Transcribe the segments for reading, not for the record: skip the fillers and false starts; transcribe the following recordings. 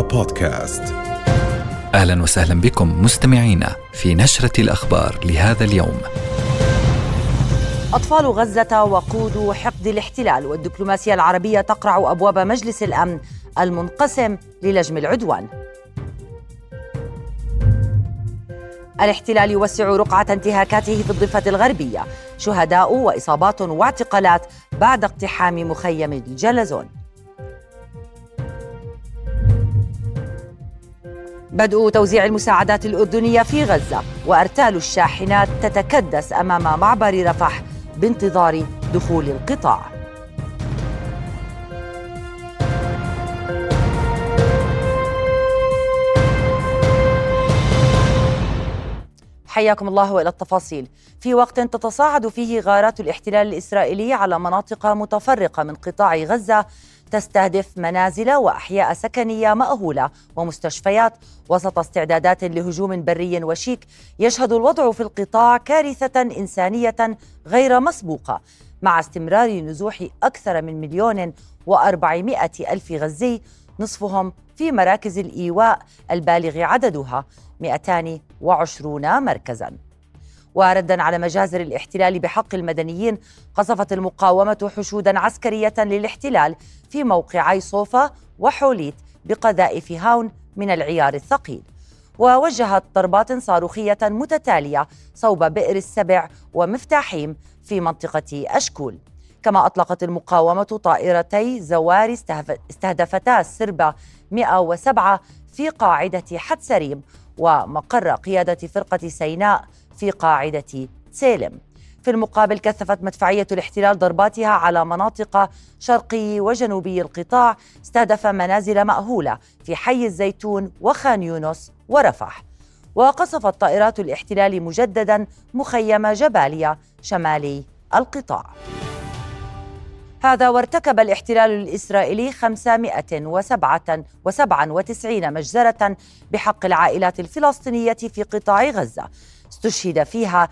بودكاست. أهلا وسهلا بكم مستمعينا في نشرة الأخبار لهذا اليوم. أطفال غزة وقود حقد الاحتلال، والدبلوماسية العربية تقرع أبواب مجلس الأمن المنقسم للجم العدوان. الاحتلال يوسع رقعة انتهاكاته في الضفة الغربية، شهداء وإصابات واعتقالات بعد اقتحام مخيم الجلزون. بدء توزيع المساعدات الأردنية في غزة، وأرتال الشاحنات تتكدس أمام معبر رفح بانتظار دخول القطاع. حياكم الله وإلى التفاصيل. في وقت تتصاعد فيه غارات الاحتلال الإسرائيلي على مناطق متفرقة من قطاع غزة، تستهدف منازل وأحياء سكنية مأهولة ومستشفيات وسط استعدادات لهجوم بري وشيك، يشهد الوضع في القطاع كارثة إنسانية غير مسبوقة، مع استمرار نزوح أكثر من 1,400,000 غزي، نصفهم في مراكز الإيواء البالغ عددها 220 مركزاً. وردا على مجازر الاحتلال بحق المدنيين، قصفت المقاومة حشودا عسكرية للاحتلال في موقعي صوفا وحوليت بقذائف هاون من العيار الثقيل، ووجهت ضربات صاروخية متتالية صوب بئر السبع ومفتاحيم في منطقة أشكول. كما أطلقت المقاومة طائرتي زواري استهدفتا السربة 107 في قاعدة حتسريم، ومقر قيادة فرقة سيناء في قاعدة سالم. في المقابل، كثفت مدفعية الاحتلال ضرباتها على مناطق شرقي وجنوبي القطاع، استهدف منازل مأهولة في حي الزيتون وخان يونس ورفح. وقصفت طائرات الاحتلال مجددا مخيم جباليا شمالي القطاع. هذا وارتكب الاحتلال الإسرائيلي 597 مجزرة بحق العائلات الفلسطينية في قطاع غزة، استشهد فيها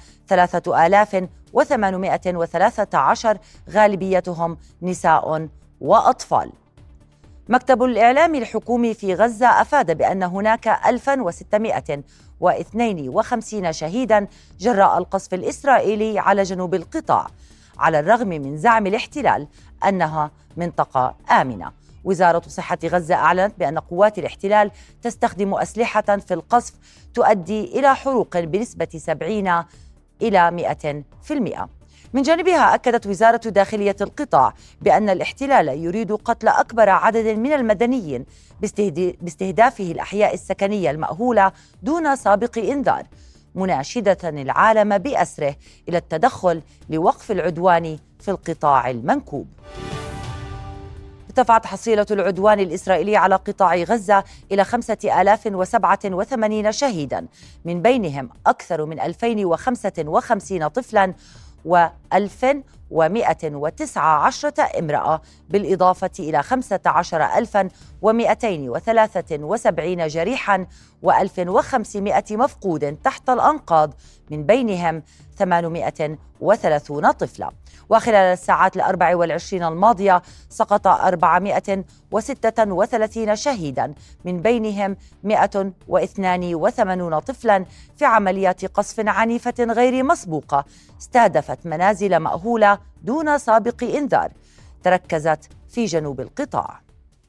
3,813 غالبيتهم نساء وأطفال. مكتب الإعلام الحكومي في غزة أفاد بأن هناك 1,652 شهيداً جراء القصف الإسرائيلي على جنوب القطاع، على الرغم من زعم الاحتلال أنها منطقة آمنة. وزارة صحة غزة أعلنت بأن قوات الاحتلال تستخدم أسلحة في القصف تؤدي إلى حروق بنسبة 70 إلى 100%. من جانبها، أكدت وزارة داخلية القطاع بأن الاحتلال يريد قتل أكبر عدد من المدنيين باستهدافه الأحياء السكنية المأهولة دون سابق إنذار، مناشدة العالم بأسره إلى التدخل لوقف العدوان في القطاع المنكوب. ارتفعت حصيلة العدوان الإسرائيلي على قطاع غزة إلى 5,087 شهيداً، من بينهم أكثر من 2,055 طفلاً و1,119 امرأة، بالإضافة إلى 15,273 جريحاً و1,500 مفقود تحت الأنقاض، من بينهم 830 طفلة. وخلال الساعات 24 الماضية سقط 436 شهيداً، من بينهم 182 طفلاً في عمليات قصف عنيفة غير مسبوقة استهدفت منازل مأهولة دون سابق إنذار تركزت في جنوب القطاع.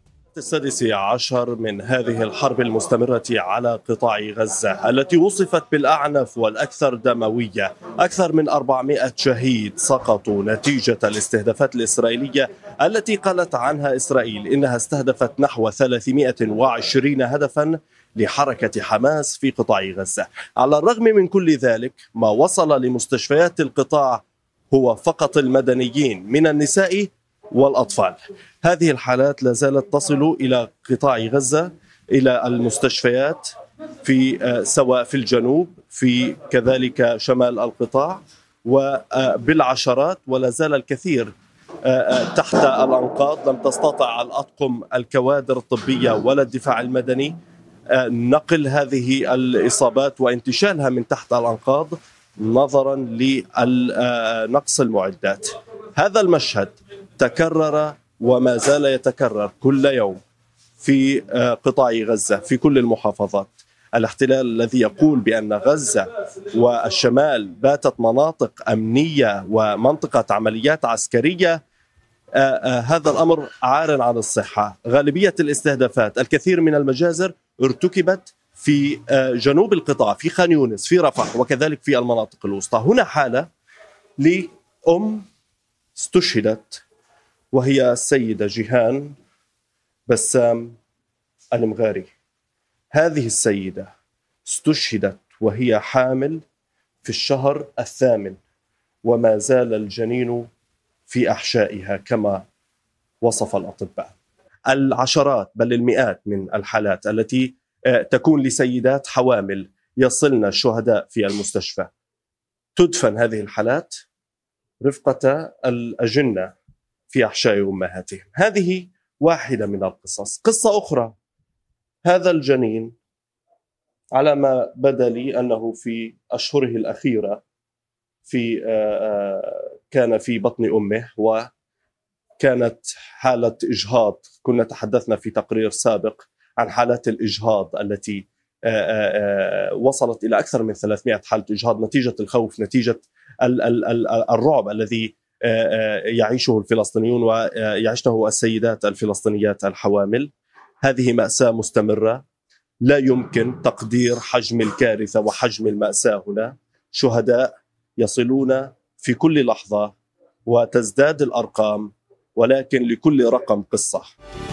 16 من هذه الحرب المستمرة على قطاع غزة التي وصفت بالأعنف والأكثر دموية، أكثر من 400 شهيد سقطوا نتيجة الاستهدافات الإسرائيلية التي قالت عنها إسرائيل إنها استهدفت نحو 320 هدفا لحركة حماس في قطاع غزة. على الرغم من كل ذلك، ما وصل لمستشفيات القطاع هو فقط المدنيين من النساء والأطفال. هذه الحالات لا زالت تصل إلى قطاع غزة، إلى المستشفيات في سواء في الجنوب في كذلك شمال القطاع وبالعشرات، ولا زال الكثير تحت الأنقاض. لم تستطع الأطقم الكوادر الطبية ولا الدفاع المدني نقل هذه الإصابات وانتشالها من تحت الأنقاض نظرا لنقص المعدات. هذا المشهد تكرر وما زال يتكرر كل يوم في قطاع غزة في كل المحافظات. الاحتلال الذي يقول بأن غزة والشمال باتت مناطق أمنية ومنطقة عمليات عسكرية، هذا الأمر عار عن الصحة. غالبية الاستهدافات، الكثير من المجازر ارتكبت في جنوب القطاع، في خان يونس، في رفح، وكذلك في المناطق الوسطى. هنا حالة لأم استشهدت، وهي السيدة جيهان بسام المغاري. هذه السيدة استشهدت وهي حامل في الشهر الثامن، وما زال الجنين في أحشائها كما وصف الأطباء. العشرات بل المئات من الحالات التي تكون لسيدات حوامل يصلن الشهداء في المستشفى، تدفن هذه الحالات رفقة الأجنة في أحشاء أمهاتهم. هذه واحدة من القصص. قصة أخرى، هذا الجنين على ما بدا لي أنه في أشهره الأخيرة كان في بطن أمه، وكانت حالة إجهاض. كنا تحدثنا في تقرير سابق عن حالات الإجهاض التي وصلت إلى أكثر من 300 حالة إجهاض نتيجة الخوف، نتيجة الرعب الذي يعيشه الفلسطينيون ويعيشه السيدات الفلسطينيات الحوامل. هذه مأساة مستمرة، لا يمكن تقدير حجم الكارثة وحجم المأساة هنا. شهداء يصلون في كل لحظة وتزداد الأرقام، ولكن لكل رقم قصة.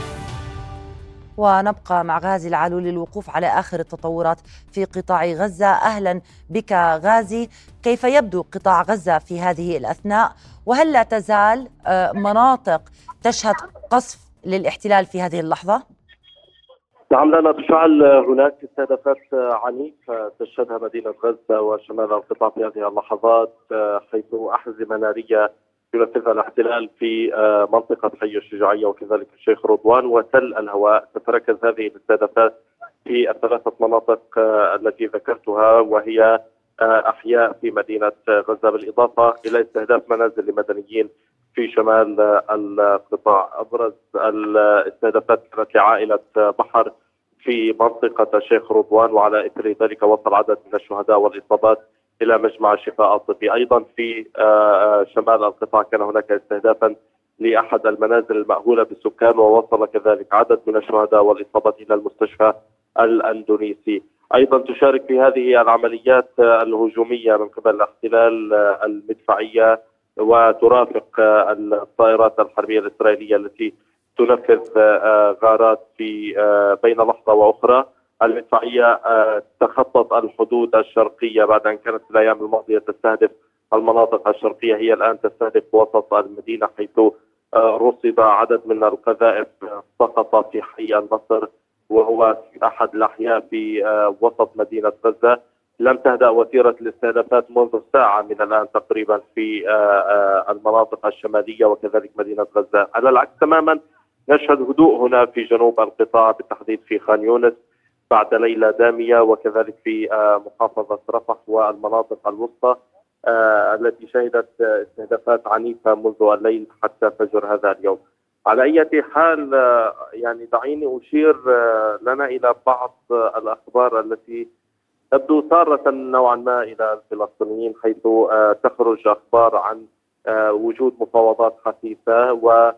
ونبقى مع غازي العالو للوقوف على آخر التطورات في قطاع غزة. أهلا بك غازي، كيف يبدو قطاع غزة في هذه الأثناء؟ وهل لا تزال مناطق تشهد قصف للاحتلال في هذه اللحظة؟ نعم، لنا بالفعل هناك استهدافات عنيفة تشهدها مدينة غزة وشمال القطاع في هذه اللحظات، حيث أحزمة نارية ينفذها الاحتلال في منطقة حي الشجاعية وكذلك الشيخ رضوان وتل الهواء. تتركز هذه الاستهدافات في الثلاثة مناطق التي ذكرتها، وهي أحياء في مدينة غزة، بالإضافة إلى استهداف منازل لمدنيين في شمال القطاع. أبرز الاستهدافات كانت لعائلة بحر في منطقة الشيخ رضوان، وعلى إثر ذلك وصل عدد من الشهداء والإصابات إلى مجمع الشفاء الطبي. أيضا في شمال القطاع كان هناك استهدافا لأحد المنازل المأهولة بالسكان، ووصل كذلك عدد من الشهداء والإصابات إلى المستشفى الأندونيسي. أيضا تشارك في هذه العمليات الهجومية من قبل الاحتلال المدفعية، وترافق الطائرات الحربية الإسرائيلية التي تنفذ غارات في بين لحظة وأخرى. المدفعية تخطت الحدود الشرقية بعد أن كانت في الأيام الماضية تستهدف المناطق الشرقية، هي الآن تستهدف وسط المدينة، حيث رصد عدد من القذائف سقط في حي النصر، وهو أحد الأحياء في وسط مدينة غزة. لم تهدأ وتيرة الاستهدافات منذ ساعة من الآن تقريبا في المناطق الشمالية وكذلك مدينة غزة. على العكس تماما نشهد هدوء هنا في جنوب القطاع، بالتحديد في خان يونس بعد ليلة دامية، وكذلك في محافظة رفح والمناطق الوسطى التي شهدت استهدافات عنيفة منذ الليل حتى فجر هذا اليوم. على أي حال يعني دعيني أشير لنا إلى بعض الأخبار التي تبدو سارة نوعا ما إلى الفلسطينيين، حيث تخرج أخبار عن وجود مفاوضات حثيثة،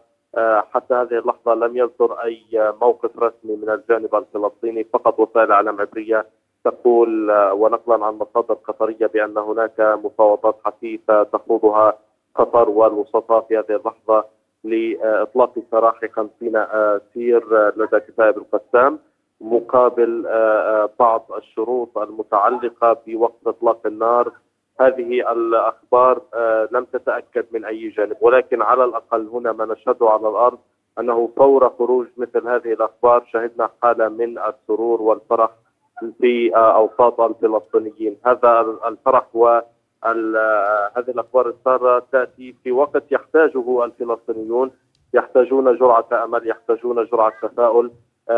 وحتى هذه اللحظة لم يصدر أي موقف رسمي من الجانب الفلسطيني. فقط وسائل إعلام عبرية تقول ونقلا عن مصادر قطرية بأن هناك مفاوضات حثيثة تخوضها قطر والوسطاء في هذه اللحظة لإطلاق سراح 50 أسير لدى كتائب القسام، مقابل بعض الشروط المتعلقة بوقف إطلاق النار. هذه الأخبار لم تتأكد من أي جانب، ولكن على الأقل هنا ما نشهده على الأرض أنه فور خروج مثل هذه الأخبار شهدنا حالة من السرور والفرح في أوساط الفلسطينيين. هذا الفرح وهذه الأخبار السارة تأتي في وقت يحتاجه الفلسطينيون، يحتاجون جرعة أمل، يحتاجون جرعة تفاؤل،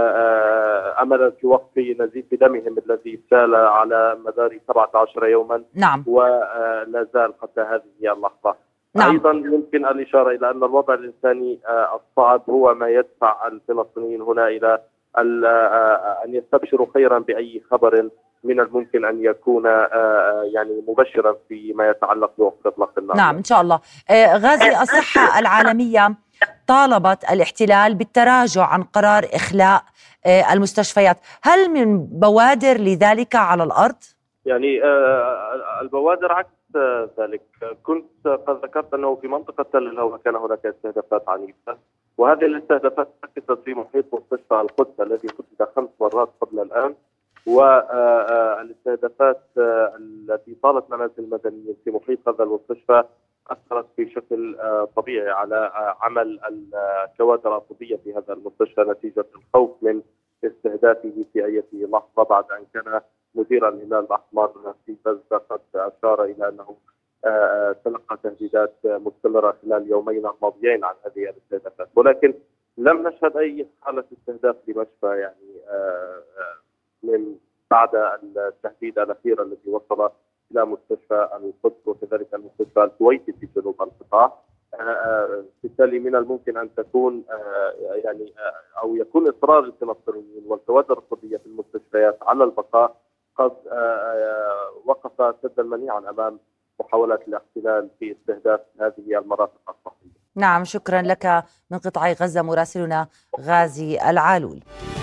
أملا في وقف نزيف دمهم الذي سال على مدار 17 يوما. نعم. ولا زال حتى هذه اللحظة. نعم. أيضا يمكن الإشارة إلى أن الوضع الإنساني الصعب هو ما يدفع الفلسطينيين هنا إلى أن يستبشروا خيرا بأي خبر من الممكن أن يكون يعني مبشرا فيما يتعلق بوقف إطلاق النار. نعم إن شاء الله. غازي، الصحة العالمية طالبت الاحتلال بالتراجع عن قرار إخلاء المستشفيات، هل من بوادر لذلك على الأرض؟ يعني البوادر عكس ذلك. كنت قد ذكرت أنه في منطقة تل الهوى كان هناك استهدافات عنيفة، وهذه الاستهدافات ركزت في محيط مستشفى القدس الذي فتح 5 مرات قبل الآن، والاستهدافات التي طالت منازل المدنيين في محيط هذا المستشفى أثرت بشكل طبيعي على عمل الكوادر الطبية في هذا المستشفى نتيجة الخوف من استهدافه في أي لحظة، بعد أن كان مدير الهلال الأحمر في غزة قد أشار إلى أنه تلقى تهديدات مستمرة خلال اليومين الماضيين عن هذه الاستهدافات، ولكن لم نشهد أي حالة استهداف لمشفى يعني من بعد التهديد الأخير الذي وصل إلى مستشفى القدس وكذلك المستشفى الكويتي في جنوب القطاع. بالتالي من الممكن أن تكون يعني أو يكون إصرار الفلسطينيين والكوادر الطبية في المستشفيات على البقاء قد وقف سدا منيعا أمام محاولات الاحتلال في استهداف هذه المرافق الصحية. نعم، شكرا لك من قطاع غزة مراسلنا غازي العالول.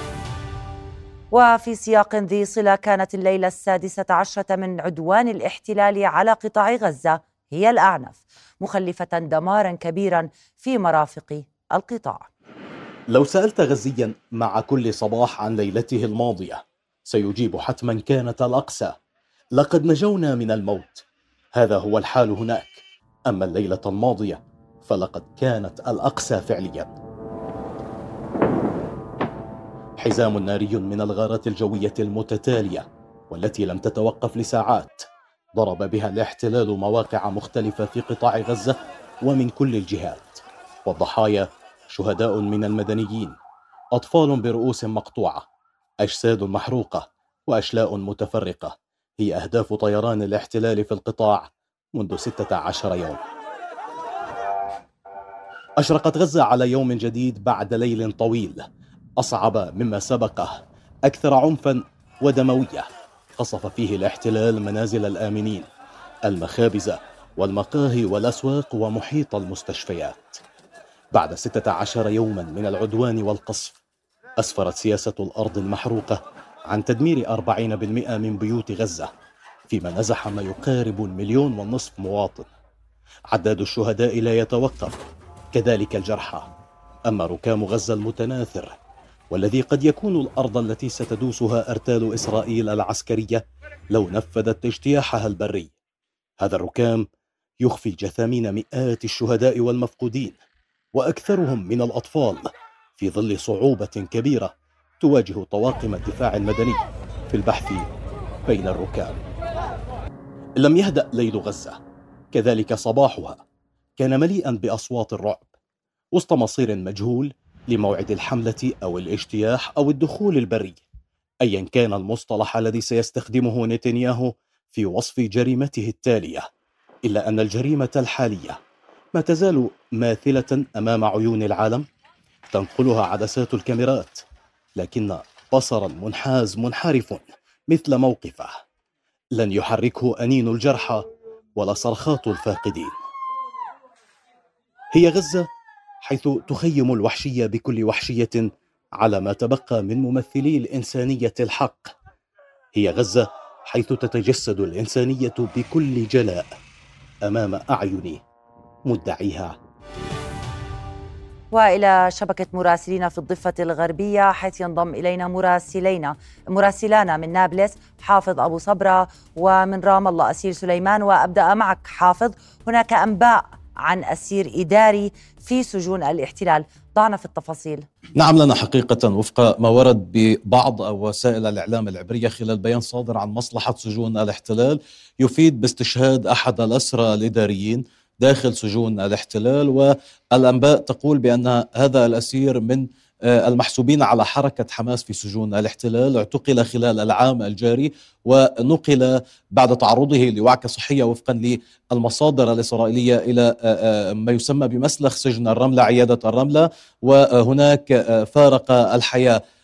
وفي سياق ذي صلة، كانت الليلة 16 من عدوان الاحتلال على قطاع غزة هي الأعنف، مخلفة دمارا كبيرا في مرافق القطاع. لو سألت غزيا مع كل صباح عن ليلته الماضية سيجيب حتما كانت الأقصى. لقد نجونا من الموت، هذا هو الحال هناك. أما الليلة الماضية فلقد كانت الأقصى فعليا. حزام ناري من الغارات الجوية المتتالية والتي لم تتوقف لساعات ضرب بها الاحتلال مواقع مختلفة في قطاع غزة ومن كل الجهات، والضحايا شهداء من المدنيين، أطفال برؤوس مقطوعة، أجساد محروقة وأشلاء متفرقة، هي أهداف طيران الاحتلال في القطاع منذ 16 يوم. أشرقت غزة على يوم جديد بعد ليل طويل أصعب مما سبقه، أكثر عنفا ودموية. قصف فيه الاحتلال منازل الآمنين، المخابز والمقاهي والأسواق ومحيط المستشفيات. بعد 16 يوما من العدوان والقصف، أسفرت سياسة الأرض المحروقة عن تدمير 40% من بيوت غزة، فيما نزح ما يقارب 1.5 مليون مواطن. عداد الشهداء لا يتوقف، كذلك الجرحى. أما ركام غزة المتناثر والذي قد يكون الأرض التي ستدوسها أرتال إسرائيل العسكرية لو نفذت اجتياحها البري، هذا الركام يخفي جثامين مئات الشهداء والمفقودين، وأكثرهم من الأطفال، في ظل صعوبة كبيرة تواجه طواقم الدفاع المدني في البحث بين الركام. لم يهدأ ليل غزة، كذلك صباحها كان مليئا بأصوات الرعب، وسط مصير مجهول لموعد الحملة أو الاجتياح أو الدخول البري، أيا كان المصطلح الذي سيستخدمه نتنياهو في وصف جريمته التالية. إلا أن الجريمة الحالية ما تزال ماثلة أمام عيون العالم، تنقلها عدسات الكاميرات، لكن بصرا منحاز منحرف مثل موقفه لن يحركه أنين الجرحى ولا صرخات الفاقدين. هي غزة حيث تخيم الوحشية بكل وحشية على ما تبقى من ممثلي الإنسانية الحق. هي غزة حيث تتجسد الإنسانية بكل جلاء أمام أعين مدعيها. وإلى شبكة مراسلين في الضفة الغربية، حيث ينضم إلينا مراسلانا من نابلس حافظ أبو صبرة، ومن رام الله أسير سليمان. وأبدأ معك حافظ، هناك أنباء عن أسير إداري في سجون الاحتلال، ضعنا في التفاصيل. نعم، لنا حقيقة وفق ما ورد ببعض وسائل الإعلام العبرية خلال بيان صادر عن مصلحة سجون الاحتلال يفيد باستشهاد أحد الأسرى الإداريين داخل سجون الاحتلال، والأنباء تقول بأن هذا الأسير من المحسوبين على حركة حماس في سجون الاحتلال، اعتقل خلال العام الجاري ونقل بعد تعرضه لوعكة صحية وفقا للمصادر الإسرائيلية إلى ما يسمى بمسلخ سجن الرملة، عيادة الرملة، وهناك فارق الحياة.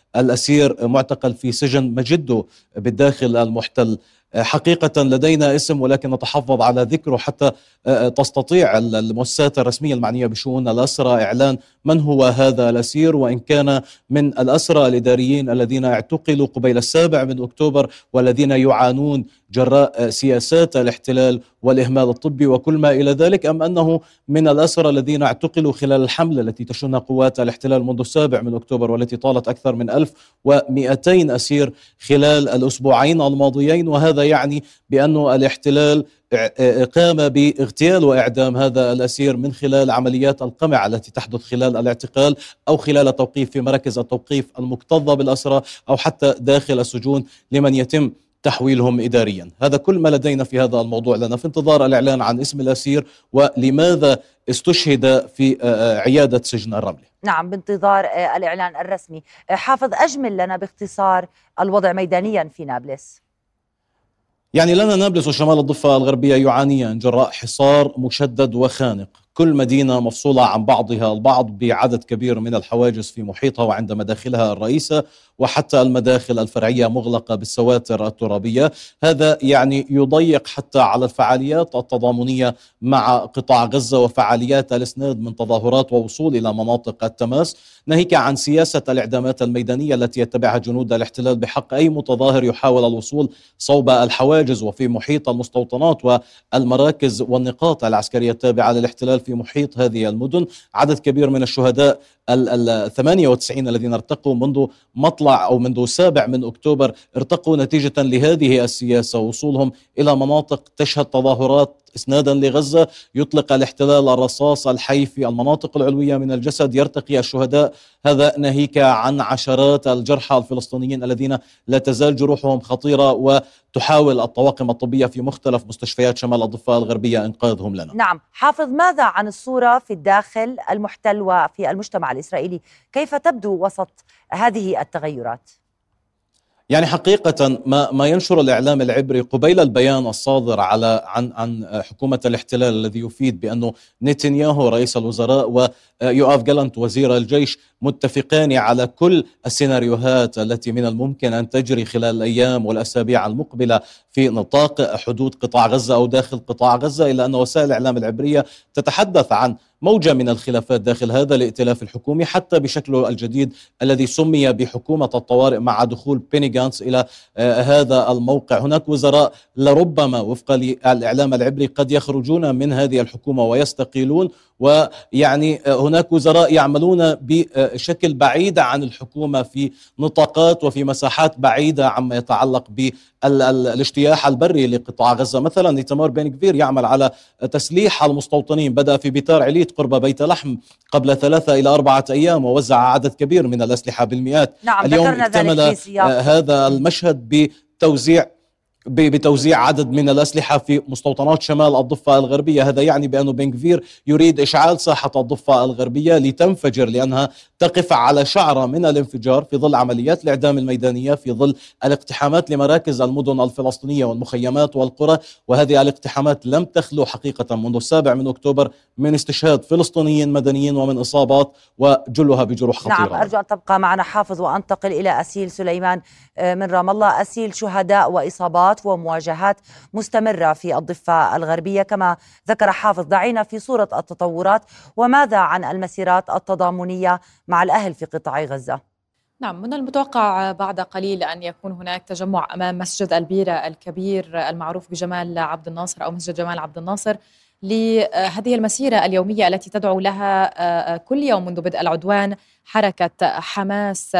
الأسير معتقل في سجن مجده بالداخل المحتل. حقيقة لدينا اسم ولكن نتحفظ على ذكره حتى تستطيع المؤسسات الرسمية المعنية بشؤون الأسرى إعلان من هو هذا الأسير، وإن كان من الأسرى الإداريين الذين اعتقلوا قبيل 7 أكتوبر والذين يعانون جراء سياسات الاحتلال والإهمال الطبي وكل ما إلى ذلك، أم أنه من الأسرى الذين اعتقلوا خلال الحملة التي تشنها قوات الاحتلال منذ 7 أكتوبر والتي طالت أكثر من 1200 أسير خلال الأسبوعين الماضيين. وهذا يعني بأن الاحتلال قام باغتيال وإعدام هذا الأسير من خلال عمليات القمع التي تحدث خلال الاعتقال أو خلال التوقيف في مراكز التوقيف المكتظة بالأسرى أو حتى داخل السجون لمن يتم تحويلهم إداريا. هذا كل ما لدينا في هذا الموضوع، لنا في انتظار الإعلان عن اسم الأسير ولماذا استشهد في عيادة سجن الرملة. نعم، بانتظار الإعلان الرسمي. حافظ، أجمل لنا باختصار الوضع ميدانيا في نابلس. يعني لنا نابلس وشمال الضفة الغربية يعانيان جراء حصار مشدد وخانق، كل مدينة مفصولة عن بعضها البعض بعدد كبير من الحواجز في محيطها وعند مداخلها الرئيسة، وحتى المداخل الفرعية مغلقة بالسواتر الترابية. هذا يعني يضيق حتى على الفعاليات التضامنية مع قطاع غزة وفعاليات الإسناد من تظاهرات ووصول إلى مناطق التماس، ناهيك عن سياسة الإعدامات الميدانية التي يتبعها جنود الاحتلال بحق أي متظاهر يحاول الوصول صوب الحواجز وفي محيط المستوطنات والمراكز والنقاط العسكرية التابعة للاحتلال في محيط هذه المدن. عدد كبير من الشهداء 98 الذين ارتقوا منذ مطلع أو منذ 7 أكتوبر ارتقوا نتيجة لهذه السياسة، وصولهم إلى مناطق تشهد تظاهرات إسنادا لغزة. يطلق الاحتلال الرصاص الحي في المناطق العلوية من الجسد، يرتقي الشهداء، هذا ناهيك عن عشرات الجرحى الفلسطينيين الذين لا تزال جروحهم خطيرة وتحاول الطواقم الطبية في مختلف مستشفيات شمال الضفة الغربية إنقاذهم لنا. نعم، حافظ، ماذا عن الصورة في الداخل المحتل وفي المجتمع الإسرائيلي؟ كيف تبدو وسط هذه التغيرات؟ يعني حقيقة ما ينشر الإعلام العبري قبيل البيان الصادر عن حكومة الاحتلال الذي يفيد بأنه نتنياهو رئيس الوزراء ويوآف جالانت وزير الجيش متفقان على كل السيناريوهات التي من الممكن أن تجري خلال الأيام والأسابيع المقبلة في نطاق حدود قطاع غزة أو داخل قطاع غزة، إلا أن وسائل الإعلام العبرية تتحدث عن موجة من الخلافات داخل هذا الائتلاف الحكومي حتى بشكله الجديد الذي سمي بحكومة الطوارئ مع دخول بيني جانتس إلى هذا الموقع. هناك وزراء لربما وفق الإعلام العبري قد يخرجون من هذه الحكومة ويستقيلون، ويعني هناك وزراء يعملون بشكل بعيد عن الحكومة في نطاقات وفي مساحات بعيدة عما يتعلق بالاجتياح البري لقطاع غزة. مثلا إيتمار بن غفير يعمل على تسليح المستوطنين، بدأ في بيتار عليت قرب بيت لحم قبل 3 إلى 4 أيام ووزع عدد كبير من الأسلحة بالمئات. نعم، اليوم اكتمل هذا المشهد بتوزيع عدد من الأسلحة في مستوطنات شمال الضفة الغربية. هذا يعني بأن بن غفير يريد إشعال ساحة الضفة الغربية لتنفجر، لأنها تقف على شعرة من الانفجار في ظل عمليات الإعدام الميدانية، في ظل الاقتحامات لمراكز المدن الفلسطينية والمخيمات والقرى. وهذه الاقتحامات لم تخلو حقيقة منذ 7 أكتوبر من استشهاد فلسطينيين مدنيين ومن إصابات وجلها بجروح خطيرة. نعم، أرجو أن تبقى معنا حافظ وأنتقل إلى أسيل سليمان من رام الله. أسيل، شهداء وإصابات ومواجهات مستمرة في الضفة الغربية كما ذكر حافظ، دعينا في صورة التطورات وماذا عن المسيرات التضامنية مع الأهل في قطاع غزة؟ نعم، من المتوقع بعد قليل أن يكون هناك تجمع أمام مسجد البيرة الكبير المعروف بجمال عبد الناصر أو مسجد جمال عبد الناصر لهذه المسيرة اليومية التي تدعو لها كل يوم منذ بدء العدوان حركة حماس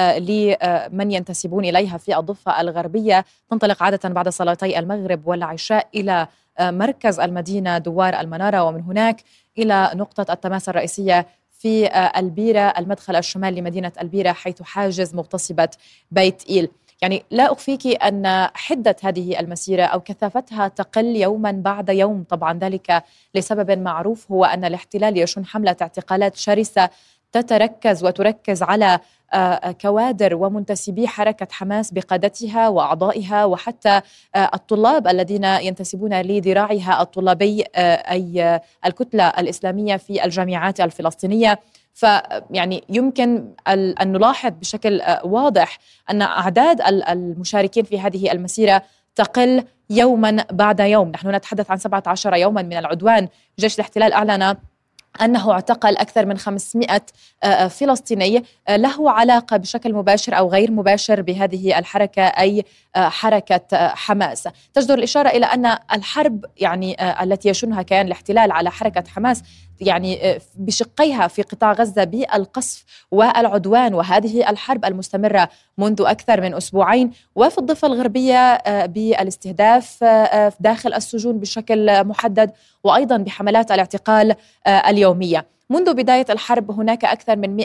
لمن ينتسبون إليها في الضفة الغربية. تنطلق عادة بعد صلاتي المغرب والعشاء إلى مركز المدينة دوار المنارة، ومن هناك إلى نقطة التماس الرئيسية في البيرة المدخل الشمالي لمدينة البيرة حيث حاجز مغتصبة بيت إيل. يعني لا أخفيك أن حدة هذه المسيرة أو كثافتها تقل يوما بعد يوم، طبعا ذلك لسبب معروف، هو أن الاحتلال يشن حملة اعتقالات شرسة تتركز وتركز على كوادر ومنتسبي حركة حماس بقادتها وأعضائها وحتى الطلاب الذين ينتسبون لذراعها الطلابي أي الكتلة الإسلامية في الجامعات الفلسطينية. فيعني يمكن أن نلاحظ بشكل واضح أن أعداد المشاركين في هذه المسيرة تقل يوما بعد يوم. نحن نتحدث عن 17 يوما من العدوان. جيش الاحتلال أعلن أنه اعتقل أكثر من 500 فلسطيني له علاقة بشكل مباشر أو غير مباشر بهذه الحركة أي حركة حماس. تجدر الإشارة إلى أن الحرب يعني التي يشنها كيان الاحتلال على حركة حماس يعني بشقيها في قطاع غزة بالقصف والعدوان، وهذه الحرب المستمرة منذ أكثر من أسبوعين، وفي الضفة الغربية بالاستهداف داخل السجون بشكل محدد، وأيضا بحملات الاعتقال اليومية. منذ بداية الحرب هناك أكثر من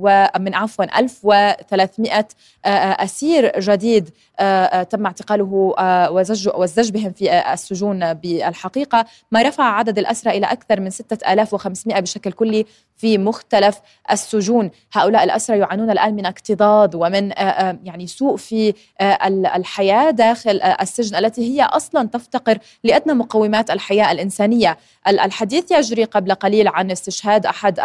1300 أسير جديد تم اعتقاله والزج بهم في السجون بالحقيقة، ما رفع عدد الأسرى إلى أكثر من 6500 بشكل كلي في مختلف السجون. هؤلاء الأسرى يعانون الآن من اكتظاظ ومن يعني سوء في الحياة داخل السجن التي هي أصلا تفتقر لأدنى مقومات الحياة الإنسانية. الحديث يجري قبل قليل عن استشهاد أحد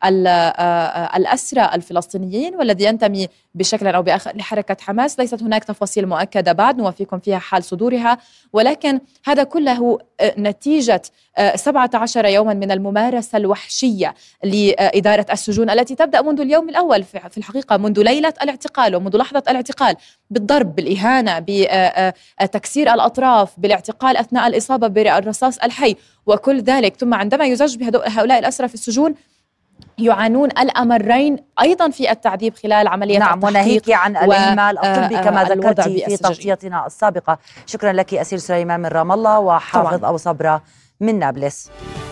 الأسرى الفلسطينيين والذي ينتمي بشكل أو بآخر لحركة حماس. ليست هناك تفاصيل مؤكدة بعد نوفيكم فيها حال صدورها، ولكن هذا كله نتيجة 17 يوما من الممارسة الوحشية لإدارة السجون التي تبدأ منذ اليوم الأول في الحقيقة، منذ ليلة الاعتقال ومنذ لحظة الاعتقال، بالضرب، بالإهانة، بتكسير الأطراف، بالاعتقال أثناء الإصابة بالرصاص الحي وكل ذلك. ثم عندما يزج بهؤلاء الأسرى في السجون يعانون الأمرين أيضا في التعذيب خلال عملية التحقيق. وناهيك عن الإهمال الطبي كما ذكرتي في تغطيتنا السابقة. شكرا لك أسيل سليمان من رام الله وحافظ أبو صبرة من نابلس.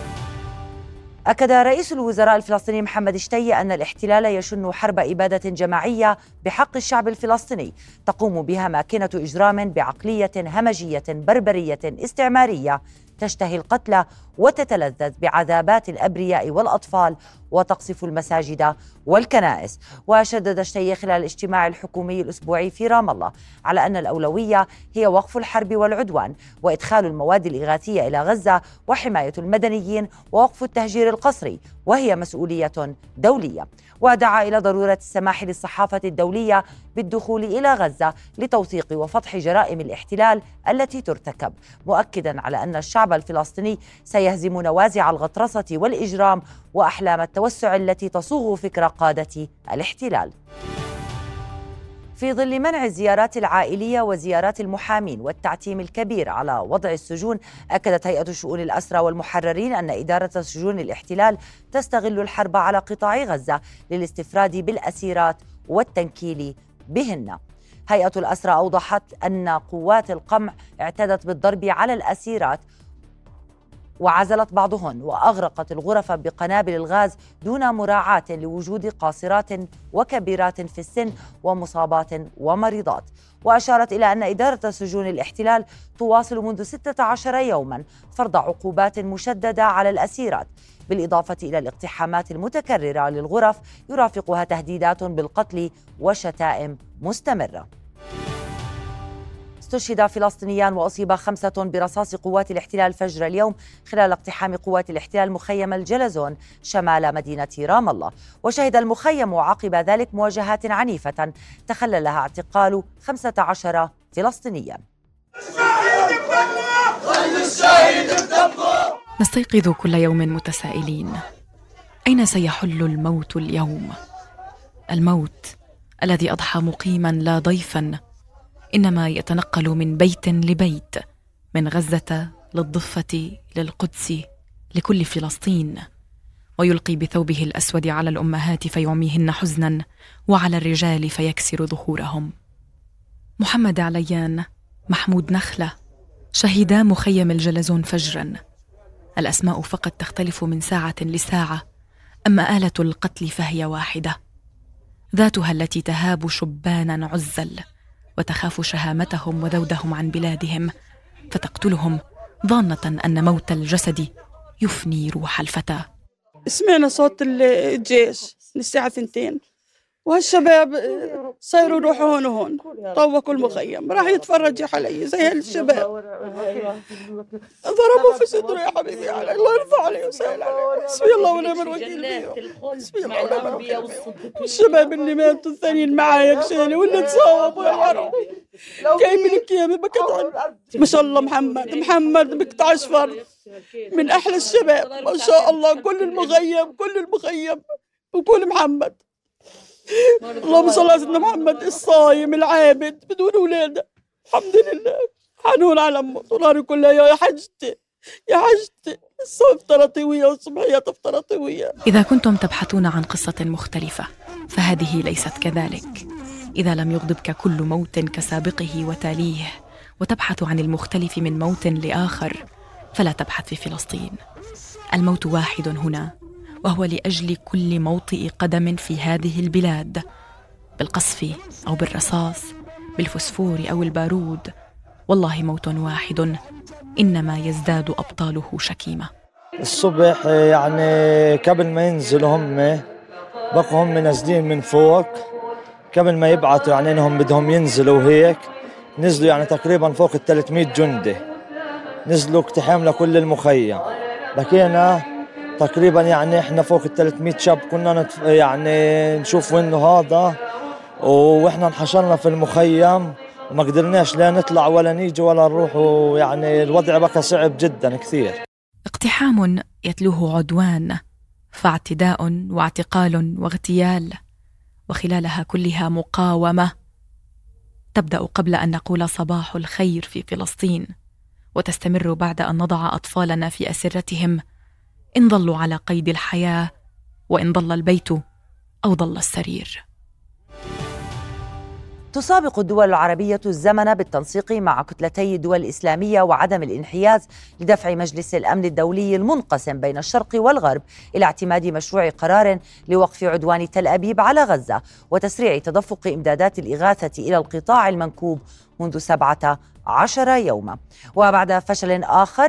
أكد رئيس الوزراء الفلسطيني محمد شتي أن الاحتلال يشن حرب إبادة جماعية بحق الشعب الفلسطيني تقوم بها ماكنة إجرام بعقلية همجية بربرية استعمارية تشتهي القتل وتتلذذ بعذابات الأبرياء والأطفال وتقصف المساجد والكنائس. وشدد شتي خلال الاجتماع الحكومي الأسبوعي في رام الله على أن الأولوية هي وقف الحرب والعدوان وإدخال المواد الإغاثية إلى غزة وحماية المدنيين ووقف التهجير القسري، وهي مسؤولية دولية. ودعا إلى ضرورة السماح للصحافة الدولية بالدخول إلى غزة لتوثيق وفضح جرائم الاحتلال التي ترتكب، مؤكدا على أن الشعب الفلسطيني سيهزم نوازع الغطرسة والإجرام وأحلام التوسع التي تصوغ فكر قادة الاحتلال. في ظل منع الزيارات العائلية وزيارات المحامين والتعتيم الكبير على وضع السجون، أكدت هيئة شؤون الأسرى والمحررين أن إدارة سجون الاحتلال تستغل الحرب على قطاع غزة للاستفراد بالأسيرات والتنكيل بهن. هيئة الأسرى أوضحت أن قوات القمع اعتدت بالضرب على الأسيرات وعزلت بعضهن وأغرقت الغرف بقنابل الغاز دون مراعاة لوجود قاصرات وكبيرات في السن ومصابات ومريضات. وأشارت إلى أن إدارة سجون الاحتلال تواصل منذ 16 يوما فرض عقوبات مشددة على الأسيرات، بالإضافة إلى الاقتحامات المتكررة للغرف يرافقها تهديدات بالقتل وشتائم مستمرة. استشهد فلسطينيان وأصيب 5 برصاص قوات الاحتلال فجر اليوم خلال اقتحام قوات الاحتلال مخيم الجلزون شمال مدينة رام الله. وشهد المخيم عقب ذلك مواجهات عنيفة تخللها اعتقال 15 فلسطينيا. نستيقظ كل يوم متسائلين: أين سيحل الموت اليوم؟ الموت الذي أضحى مقيما لا ضيفا، إنما يتنقل من بيت لبيت، من غزة للضفة للقدس لكل فلسطين، ويلقي بثوبه الأسود على الأمهات فيعميهن حزنا، وعلى الرجال فيكسر ظهورهم. محمد عليان، محمود نخلة، شهيدا مخيم الجلزون فجرا. الأسماء فقط تختلف من ساعة لساعة، أما آلة القتل فهي واحدة، ذاتها التي تهاب شبانا عزل وتخاف شهامتهم وذودهم عن بلادهم، فتقتلهم ظانة أن موت الجسد يفني روح الفتى. سمعنا صوت الجيش من الساعة 2، وهالشباب صاروا يروحوا هون وهون، طوقوا المخيم، راح يتفرج علي زي هالشباب، ضربوا في صدره يا حبيبي علي، الله يرضى عليه ويسهل عليه، حسبي الله ونعم الوكيل فيهم، حسبي الله ونعم الوكيل فيهم. الشباب اللي ماتوا الثانيين معايا كشيلي واللي تصاوبوا يا حرام جاي من الكيامة بقطع، ما شاء الله محمد بقطع أشفر من أحلى الشباب ما شاء الله، كل المخيم وكل محمد. اللهم صل على سيدنا محمد، الصايم العابد بدون أولاده الحمد لله، حنون على أمه طول كلها. يا حجتي الصبح طوية والصبحية تفطر طوية. إذا كنتم تبحثون عن قصة مختلفة فهذه ليست كذلك. إذا لم يغضبك كل موت كسابقه وتاليه وتبحث عن المختلف من موت لآخر فلا تبحث في فلسطين. الموت واحد هنا، وهو لأجل كل موطئ قدم في هذه البلاد، بالقصف أو بالرصاص، بالفسفور أو البارود. والله موت واحد، إنما يزداد أبطاله شكيمة. الصبح يعني قبل ما ينزلوا بقوا هم نازلين من فوق، قبل ما يبعثوا يعني إنهم بدهم ينزلوا وهيك، نزلوا يعني تقريبا فوق 300 جندي، نزلوا اقتحام لكل المخيم. بكينا تقريبا يعني احنا فوق 300 شاب كنا يعني نشوف وينه هذا، واحنا انحشرنا في المخيم وما قدرناش لا نطلع ولا نيجي ولا نروح، ويعني الوضع بقى صعب جدا كثير. اقتحام يتلوه عدوان، فاعتداء واعتقال واغتيال، وخلالها كلها مقاومة تبدأ قبل أن نقول صباح الخير في فلسطين، وتستمر بعد أن نضع أطفالنا في أسرتهم إن ظلوا على قيد الحياة، وإن ضل البيت أو ضل السرير. تسابق الدول العربية الزمن بالتنسيق مع كتلتي الدول الإسلامية وعدم الانحياز لدفع مجلس الأمن الدولي المنقسم بين الشرق والغرب إلى اعتماد مشروع قرار لوقف عدوان تل أبيب على غزة وتسريع تدفق إمدادات الإغاثة إلى القطاع المنكوب منذ 17 يوما. وبعد فشل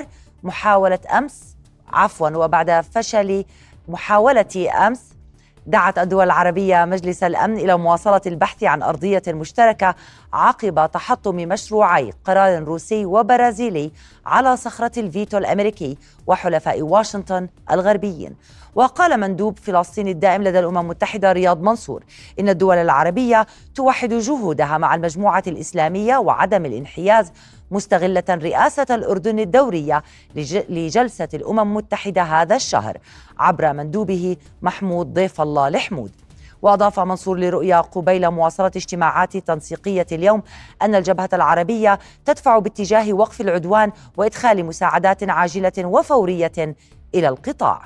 محاولة أمس دعت الدول العربية مجلس الأمن إلى مواصلة البحث عن أرضية مشتركة عقب تحطم مشروعي قرار روسي وبرازيلي على صخرة الفيتو الأمريكي وحلفاء واشنطن الغربيين. وقال مندوب فلسطين الدائم لدى الأمم المتحدة رياض منصور إن الدول العربية توحد جهودها مع المجموعة الإسلامية وعدم الانحياز، مستغلة رئاسة الأردن الدورية لجلسة الأمم المتحدة هذا الشهر عبر مندوبه محمود ضيف الله الحمود. وأضاف منصور لرؤيا قبيل مواصلة اجتماعات تنسيقية اليوم أن الجبهة العربية تدفع باتجاه وقف العدوان وإدخال مساعدات عاجلة وفورية إلى القطاع.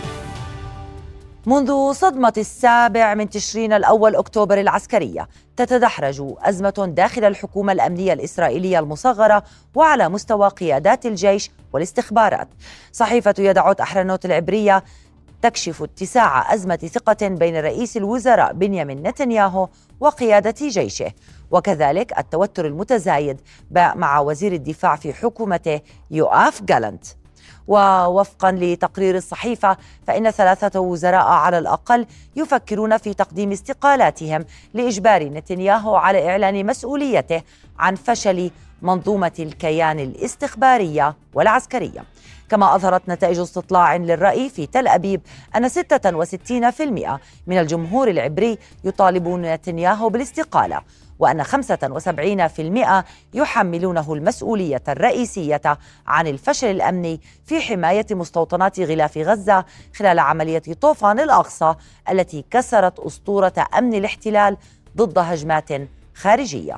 منذ صدمة 7 تشرين الأول أكتوبر العسكرية تتدحرج أزمة داخل الحكومة الأمنية الإسرائيلية المصغرة وعلى مستوى قيادات الجيش والاستخبارات. صحيفة يدعوت أحرنوت العبرية تكشف اتساع أزمة ثقة بين رئيس الوزراء بنيامين نتنياهو وقيادة جيشه، وكذلك التوتر المتزايد مع وزير الدفاع في حكومته يوآف جالنت. ووفقا لتقرير الصحيفة فإن 3 وزراء على الأقل يفكرون في تقديم استقالاتهم لإجبار نتنياهو على إعلان مسؤوليته عن فشل منظومة الكيان الاستخبارية والعسكرية. كما أظهرت نتائج استطلاع للرأي في تل أبيب أن 66% من الجمهور العبري يطالبون نتنياهو بالاستقالة، وأن 75% يحملونه المسؤولية الرئيسية عن الفشل الأمني في حماية مستوطنات غلاف غزة خلال عملية طوفان الأقصى التي كسرت أسطورة أمن الاحتلال ضد هجمات خارجية.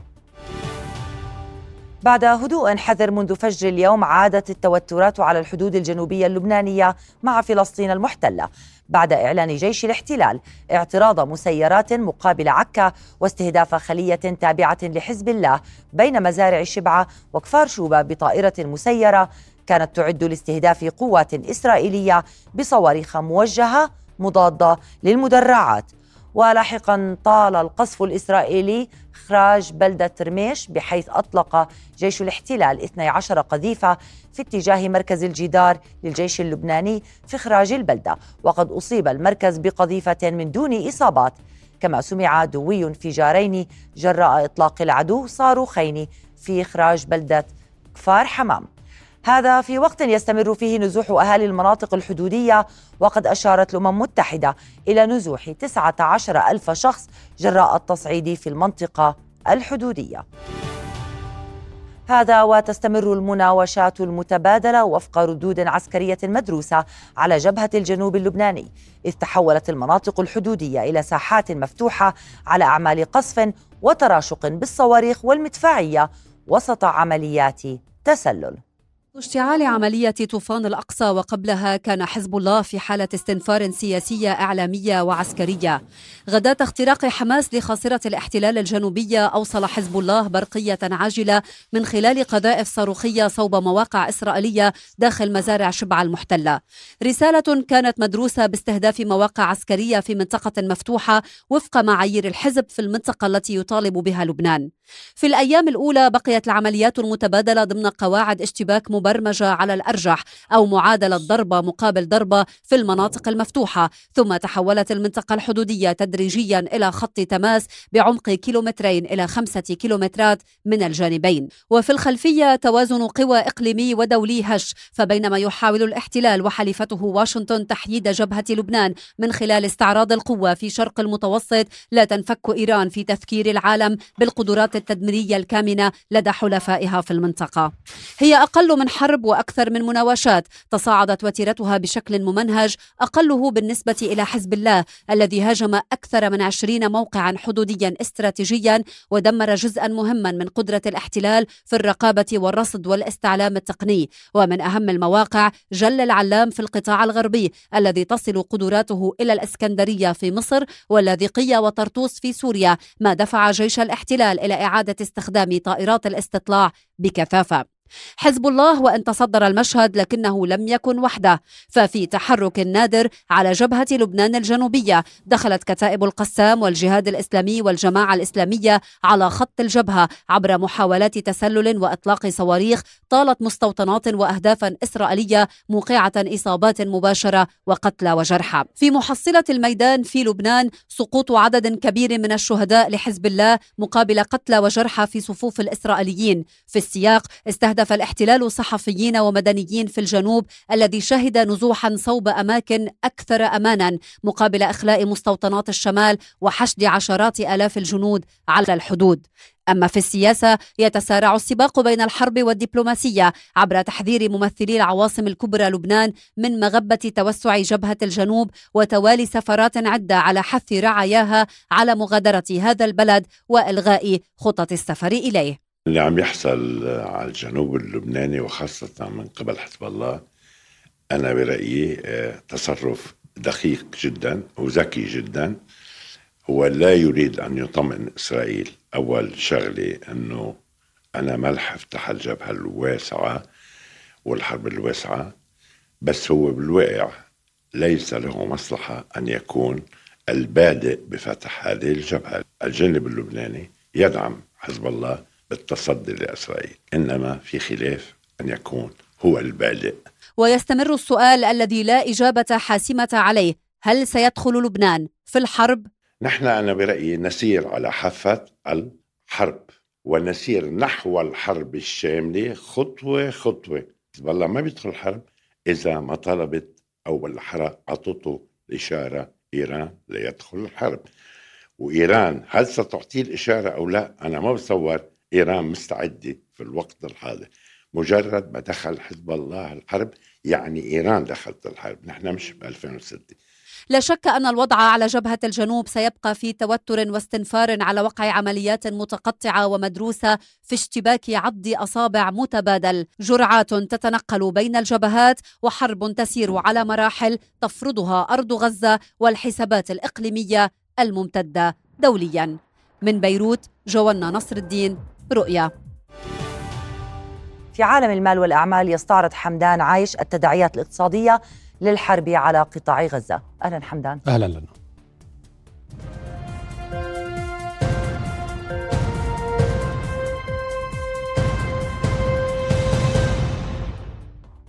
بعد هدوء حذر منذ فجر اليوم عادت التوترات على الحدود الجنوبية اللبنانية مع فلسطين المحتلة بعد إعلان جيش الاحتلال اعتراض مسيرات مقابل عكا واستهداف خلية تابعة لحزب الله بين مزارع شبعة وكفار شوبة بطائرة مسيرة كانت تعد لاستهداف قوات إسرائيلية بصواريخ موجهة مضادة للمدرعات. ولاحقا طال القصف الإسرائيلي إخراج بلدة رميش، بحيث أطلق جيش الاحتلال 12 قذيفة في اتجاه مركز الجدار للجيش اللبناني في إخراج البلدة، وقد أصيب المركز بقذيفة من دون إصابات. كما سمع دوي انفجارين جراء إطلاق العدو صاروخين في إخراج بلدة كفار حمام. هذا في وقت يستمر فيه نزوح أهالي المناطق الحدودية، وقد أشارت الأمم المتحدة إلى نزوح 19,000 شخص جراء التصعيد في المنطقة الحدودية. هذا وتستمر المناوشات المتبادلة وفق ردود عسكرية مدروسة على جبهة الجنوب اللبناني، إذ تحولت المناطق الحدودية إلى ساحات مفتوحة على أعمال قصف وتراشق بالصواريخ والمدفعية وسط عمليات تسلل. اشتعال عملية طوفان الأقصى وقبلها كان حزب الله في حالة استنفار سياسية إعلامية وعسكرية. غداة اختراق حماس لخاصرة الاحتلال الجنوبية أوصل حزب الله برقية عاجلة من خلال قذائف صاروخية صوب مواقع إسرائيلية داخل مزارع شبعا المحتلة. رسالة كانت مدروسة باستهداف مواقع عسكرية في منطقة مفتوحة وفق معايير الحزب في المنطقة التي يطالب بها لبنان. في الأيام الأولى بقيت العمليات المتبادلة ضمن قواعد اشتباك مبرمجة على الأرجح أو معادلة ضربة مقابل ضربة في المناطق المفتوحة، ثم تحولت المنطقة الحدودية تدريجيا إلى خط تماس بعمق 2 إلى 5 كيلومترات من الجانبين. وفي الخلفية توازن قوى إقليمي ودولي هش، فبينما يحاول الاحتلال وحليفته واشنطن تحييد جبهة لبنان من خلال استعراض القوة في شرق المتوسط، لا تنفك إيران في تذكير العالم بالقدرات التدميرية الكامنة لدى حلفائها في المنطقة. هي أقل من حرب وأكثر من مناوشات، تصاعدت وتيرتها بشكل ممنهج، أقله بالنسبة إلى حزب الله الذي هاجم أكثر من 20 موقعا حدوديا استراتيجيا ودمر جزءا مهما من قدرة الاحتلال في الرقابة والرصد والاستعلام التقني. ومن أهم المواقع جل العلام في القطاع الغربي الذي تصل قدراته إلى الإسكندرية في مصر واللاذقية وطرطوس في سوريا، ما دفع جيش الاحتلال إلى إعادة استخدام طائرات الاستطلاع بكثافة. حزب الله وإن تصدر المشهد لكنه لم يكن وحده، ففي تحرك نادر على جبهة لبنان الجنوبية دخلت كتائب القسام والجهاد الإسلامي والجماعة الإسلامية على خط الجبهة عبر محاولات تسلل وإطلاق صواريخ طالت مستوطنات وأهدافا إسرائيلية، موقعة إصابات مباشرة وقتلى وجرحى. في محصلة الميدان في لبنان سقوط عدد كبير من الشهداء لحزب الله مقابل قتلى وجرحى في صفوف الإسرائيليين. في السياق استهدف الاحتلال صحفيين ومدنيين في الجنوب الذي شهد نزوحا صوب أماكن أكثر أمانا مقابل إخلاء مستوطنات الشمال وحشد عشرات آلاف الجنود على الحدود. أما في السياسة يتسارع السباق بين الحرب والدبلوماسية عبر تحذير ممثلي العواصم الكبرى لبنان من مغبة توسع جبهة الجنوب وتوالي سفرات عدة على حث رعاياها على مغادرة هذا البلد وإلغاء خطط السفر إليه. اللي عم يحصل على الجنوب اللبناني وخاصة من قبل حزب الله أنا برأيي تصرف دقيق جدا وذكي جدا. هو لا يريد أن يطمئن إسرائيل. أول شغلة أنه أنا ملح افتح الجبهة الواسعة والحرب الواسعة، بس هو بالواقع ليس له مصلحة أن يكون البادئ بفتح هذه الجبهة. الجانب اللبناني يدعم حزب الله بالتصدي لإسرائيل، إنما في خلاف أن يكون هو البادئ. ويستمر السؤال الذي لا إجابة حاسمة عليه: هل سيدخل لبنان في الحرب؟ نحن أنا برأيي نسير على حافة الحرب ونسير نحو الحرب الشاملة خطوة خطوة. حزب الله ما بيدخل الحرب إذا ما طلبت أو بالأحرى عطته الإشارة إيران ليدخل الحرب. وإيران هل ستعطيه الإشارة أو لا؟ أنا ما بتصور إيران مستعدة في الوقت الحاضر. مجرد ما دخل حزب الله الحرب يعني إيران دخلت الحرب، نحن مش ب 2006. لا شك أن الوضع على جبهة الجنوب سيبقى في توتر واستنفار على وقع عمليات متقطعة ومدروسة في اشتباك عض أصابع متبادل، جرعات تتنقل بين الجبهات وحرب تسير على مراحل تفرضها أرض غزة والحسابات الإقليمية الممتدة دوليا. من بيروت جوانا نصر الدين، رؤيا. في عالم المال والأعمال يستعرض حمدان عايش التداعيات الاقتصادية للحرب على قطاع غزة. أهلا حمدان. أهلا لنا.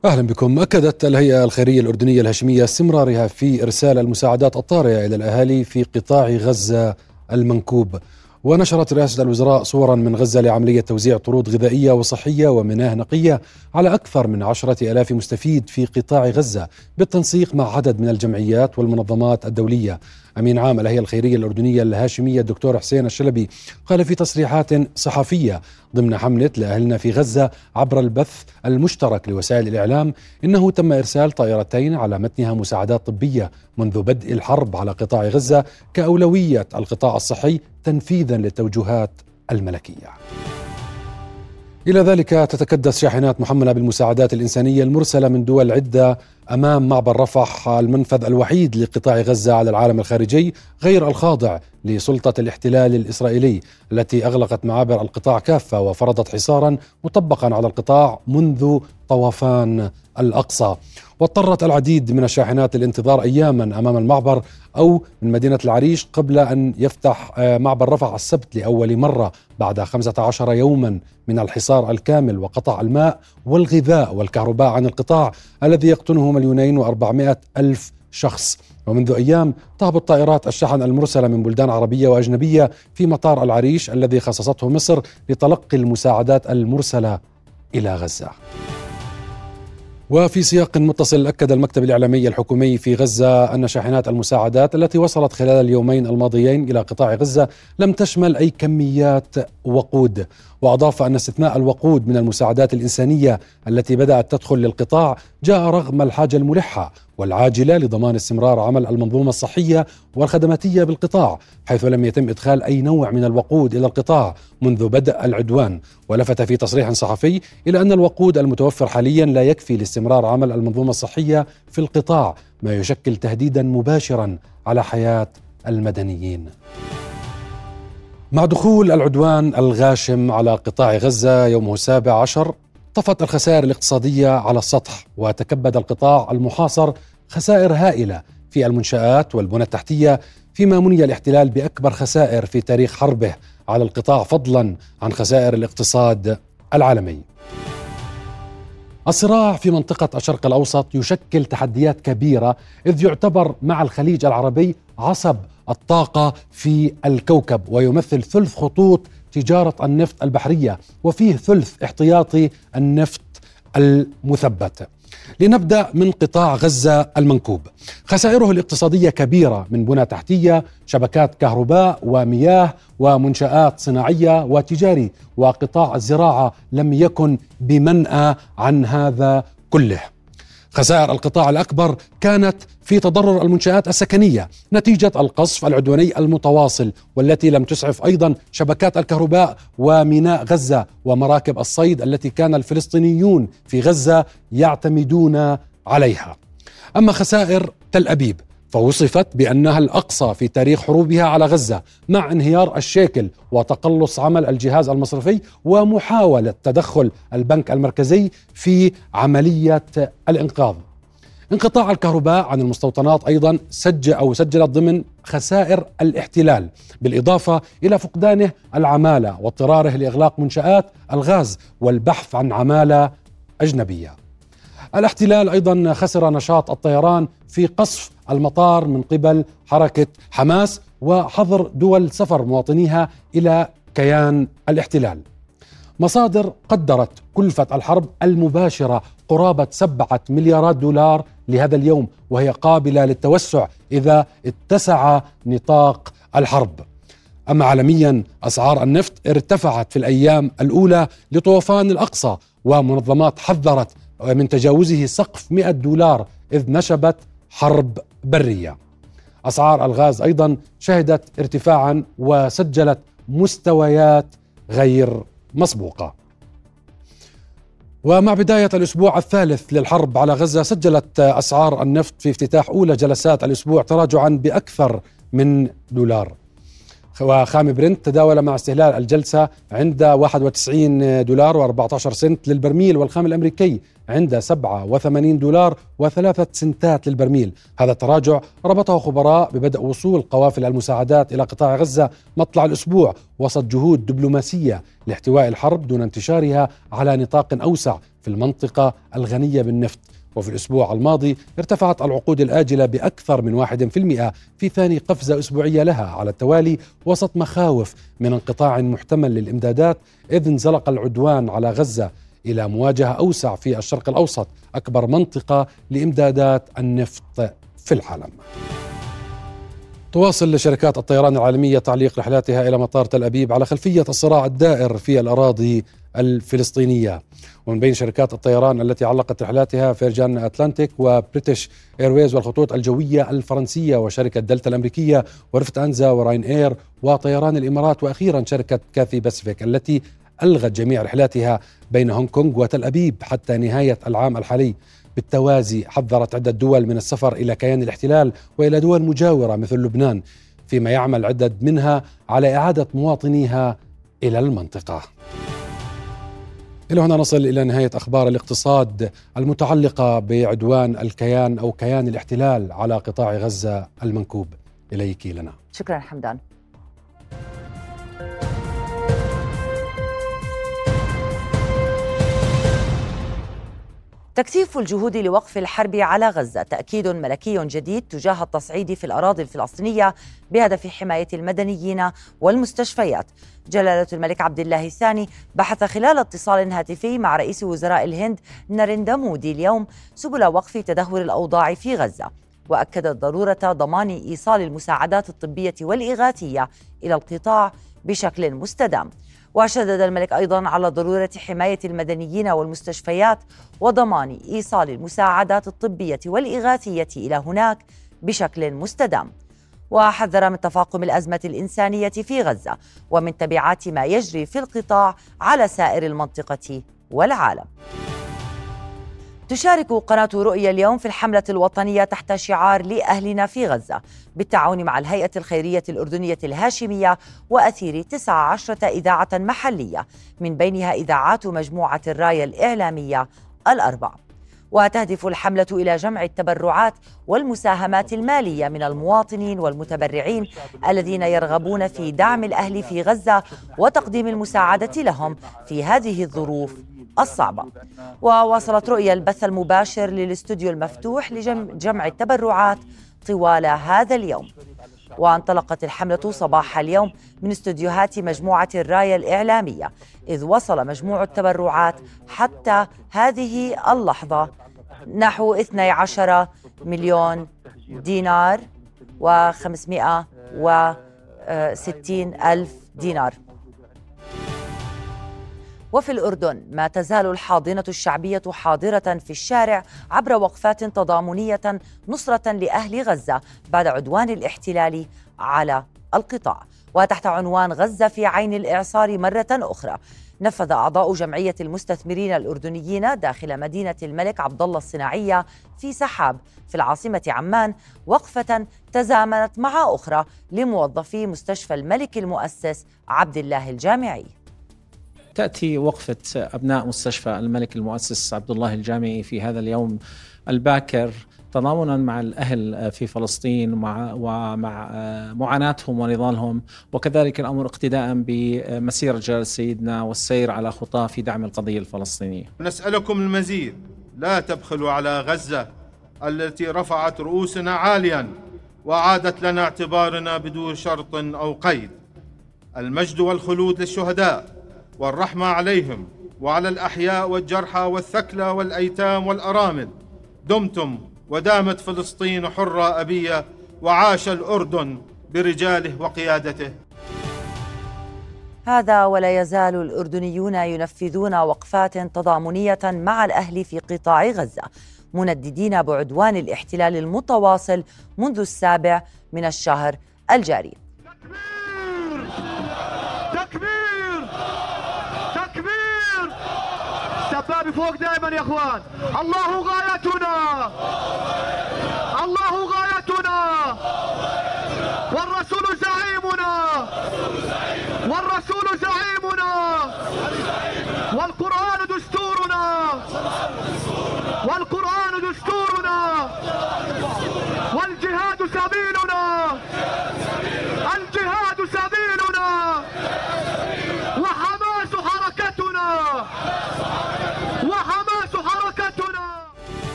أهلا بكم. أكدت الهيئة الخيرية الأردنية الهاشمية استمرارها في إرسال المساعدات الطارئة إلى الأهالي في قطاع غزة المنكوب. ونشرت رئاسة الوزراء صورا من غزة لعملية توزيع طرود غذائية وصحية ومياه نقية على أكثر من 10,000 مستفيد في قطاع غزة بالتنسيق مع عدد من الجمعيات والمنظمات الدولية. أمين عام الهيئة الخيرية الأردنية الهاشمية الدكتور حسين الشلبي قال في تصريحات صحفية ضمن حملة لأهلنا في غزة عبر البث المشترك لوسائل الإعلام إنه تم إرسال طائرتين على متنها مساعدات طبية منذ بدء الحرب على قطاع غزة كأولوية القطاع الصحي تنفيذا للتوجهات الملكية. إلى ذلك تتكدس شاحنات محملة بالمساعدات الإنسانية المرسلة من دول عدة أمام معبر رفح، المنفذ الوحيد لقطاع غزة على العالم الخارجي غير الخاضع لسلطة الاحتلال الإسرائيلي التي أغلقت معابر القطاع كافة وفرضت حصارا مطبقا على القطاع منذ طوفان الأقصى. واضطرت العديد من الشاحنات للانتظار أياما أمام المعبر أو من مدينة العريش قبل أن يفتح معبر رفح السبت لأول مرة بعد 15 يوما من الحصار الكامل وقطع الماء والغذاء والكهرباء عن القطاع الذي يقطنه 2,400,000 شخص. ومنذ أيام تهبط طائرات الشحن المرسلة من بلدان عربية وأجنبية في مطار العريش الذي خصصته مصر لتلقي المساعدات المرسلة إلى غزة. وفي سياق متصل أكد المكتب الإعلامي الحكومي في غزة أن شاحنات المساعدات التي وصلت خلال اليومين الماضيين إلى قطاع غزة لم تشمل أي كميات وقود. وأضاف أن استثناء الوقود من المساعدات الإنسانية التي بدأت تدخل للقطاع جاء رغم الحاجة الملحة والعاجلة لضمان استمرار عمل المنظومة الصحية والخدماتية بالقطاع، حيث لم يتم إدخال أي نوع من الوقود إلى القطاع منذ بدء العدوان. ولفت في تصريح صحفي إلى أن الوقود المتوفر حاليا لا يكفي لاستمرار عمل المنظومة الصحية في القطاع، ما يشكل تهديدا مباشرا على حياة المدنيين. مع دخول العدوان الغاشم على قطاع غزة يومه 17 طفت الخسائر الاقتصادية على السطح، وتكبد القطاع المحاصر خسائر هائلة في المنشآت والبنى التحتية، فيما مني الاحتلال بأكبر خسائر في تاريخ حربه على القطاع فضلا عن خسائر الاقتصاد العالمي. الصراع في منطقة الشرق الأوسط يشكل تحديات كبيرة، إذ يعتبر مع الخليج العربي عصب الطاقة في الكوكب، ويمثل ثلث خطوط تجارة النفط البحرية، وفيه ثلث احتياطي النفط المثبت. لنبدأ من قطاع غزة المنكوب. خسائره الاقتصادية كبيرة من بنى تحتية، شبكات كهرباء ومياه ومنشآت صناعية وتجاري، وقطاع الزراعة لم يكن بمنأى عن هذا كله. خسائر القطاع الأكبر كانت في تضرر المنشآت السكنية نتيجة القصف العدواني المتواصل، والتي لم تسعف أيضا شبكات الكهرباء وميناء غزة ومراكب الصيد التي كان الفلسطينيون في غزة يعتمدون عليها. أما خسائر تل أبيب فوصفت بأنها الأقصى في تاريخ حروبها على غزة، مع انهيار الشيكل وتقلص عمل الجهاز المصرفي ومحاولة تدخل البنك المركزي في عملية الإنقاذ. انقطاع الكهرباء عن المستوطنات أيضا سجلت ضمن خسائر الاحتلال، بالإضافة إلى فقدانه العمالة واضطراره لإغلاق منشآت الغاز والبحث عن عمالة أجنبية. الاحتلال أيضا خسر نشاط الطيران في قصف المطار من قبل حركة حماس وحظر دول سفر مواطنيها إلى كيان الاحتلال. مصادر قدرت كلفة الحرب المباشرة قرابة 7 مليارات دولار لهذا اليوم، وهي قابلة للتوسع إذا اتسع نطاق الحرب. أما عالميا أسعار النفط ارتفعت في الأيام الأولى لطوفان الأقصى، ومنظمات حذرت من تجاوزه سقف 100 دولار إذ نشبت حرب برية. أسعار الغاز أيضا شهدت ارتفاعا وسجلت مستويات غير مسبوقة. ومع بداية الأسبوع الثالث للحرب على غزة سجلت أسعار النفط في افتتاح أولى جلسات الأسبوع تراجعا بأكثر من دولار. وخامي برنت تداول مع استهلال الجلسة عند $91.14 للبرميل، والخام الأمريكي عند $87.03 للبرميل. هذا التراجع ربطه خبراء ببدء وصول قوافل المساعدات إلى قطاع غزة مطلع الأسبوع وسط جهود دبلوماسية لاحتواء الحرب دون انتشارها على نطاق أوسع في المنطقة الغنية بالنفط. وفي الأسبوع الماضي ارتفعت العقود الآجلة بأكثر من 1% في ثاني قفزة أسبوعية لها على التوالي وسط مخاوف من انقطاع محتمل للإمدادات، إذ انزلق العدوان على غزة إلى مواجهة أوسع في الشرق الأوسط، أكبر منطقة لإمدادات النفط في العالم. تواصل شركات الطيران العالمية تعليق رحلاتها إلى مطار تل أبيب على خلفية الصراع الدائر في الأراضي الفلسطينية. ومن بين شركات الطيران التي علقت رحلاتها فيرجان أتلانتيك وبريتش إيرويز والخطوط الجوية الفرنسية وشركة دلتا الأمريكية ورفت أنزا وراين إير وطيران الإمارات، وأخيرا شركة كاثي باسفيك التي ألغت جميع رحلاتها بين هونغ كونغ وتل أبيب حتى نهاية العام الحالي. بالتوازي حذرت عدة دول من السفر إلى كيان الاحتلال وإلى دول مجاورة مثل لبنان، فيما يعمل عدد منها على إعادة مواطنيها إلى المنطقة. إلى هنا نصل إلى نهاية أخبار الاقتصاد المتعلقة بعدوان الكيان أو كيان الاحتلال على قطاع غزة المنكوب. إليك لنا. شكرا حمدان. تكثيف الجهود لوقف الحرب على غزة تأكيد ملكي جديد تجاه التصعيد في الأراضي الفلسطينية بهدف حماية المدنيين والمستشفيات. جلالة الملك عبد الله الثاني بحث خلال اتصال هاتفي مع رئيس وزراء الهند ناريندا مودي اليوم سبل وقف تدهور الأوضاع في غزة، وأكد ضرورة ضمان إيصال المساعدات الطبية والإغاثية إلى القطاع بشكل مستدام. وشدد الملك أيضا على ضرورة حماية المدنيين والمستشفيات وضمان إيصال المساعدات الطبية والإغاثية إلى هناك بشكل مستدام. وحذر من تفاقم الأزمة الإنسانية في غزة ومن تبعات ما يجري في القطاع على سائر المنطقة والعالم. تشارك قناة رؤيا اليوم في الحملة الوطنية تحت شعار لأهلنا في غزة بالتعاون مع الهيئة الخيرية الأردنية الهاشمية وأثير 19 إذاعة محلية، من بينها إذاعات مجموعة الراية الإعلامية الأربع. وتهدف الحملة إلى جمع التبرعات والمساهمات المالية من المواطنين والمتبرعين الذين يرغبون في دعم الأهل في غزة وتقديم المساعدة لهم في هذه الظروف الصعبة. وواصلت رؤيا البث المباشر للاستوديو المفتوح لجمع التبرعات طوال هذا اليوم. وانطلقت الحملة صباح اليوم من استوديوهات مجموعة الراية الإعلامية، إذ وصل مجموع التبرعات حتى هذه اللحظة نحو 12 مليون دينار و560 ألف دينار. وفي الأردن ما تزال الحاضنة الشعبية حاضرة في الشارع عبر وقفات تضامنية نصرة لأهل غزة بعد عدوان الاحتلال على القطاع. وتحت عنوان غزة في عين الإعصار مرة أخرى، نفذ أعضاء جمعية المستثمرين الأردنيين داخل مدينة الملك عبدالله الصناعية في سحاب في العاصمة عمان وقفة تزامنت مع أخرى لموظفي مستشفى الملك المؤسس عبد الله الجامعي. تأتي وقفة أبناء مستشفى الملك المؤسس عبد الله الجامعي في هذا اليوم الباكر تضامنا مع الأهل في فلسطين ومع معاناتهم ونضالهم، وكذلك الأمر اقتداء بمسيرة جلالة سيدنا والسير على خطاه في دعم القضية الفلسطينية. نسألكم المزيد، لا تبخلوا على غزة التي رفعت رؤوسنا عاليا وعادت لنا اعتبارنا بدون شرط أو قيد. المجد والخلود للشهداء والرحمة عليهم وعلى الأحياء والجرحى والثكلى والأيتام والأرامل. دمتم ودامت فلسطين حرة أبية، وعاش الأردن برجاله وقيادته. هذا ولا يزال الأردنيون ينفذون وقفات تضامنية مع الأهل في قطاع غزة، منددين بعدوان الاحتلال المتواصل منذ 7 من الشهر الجاري. السبابة فوق دائما يا اخوان. الله غايتنا، الله غايتنا، والرسول زعيمنا،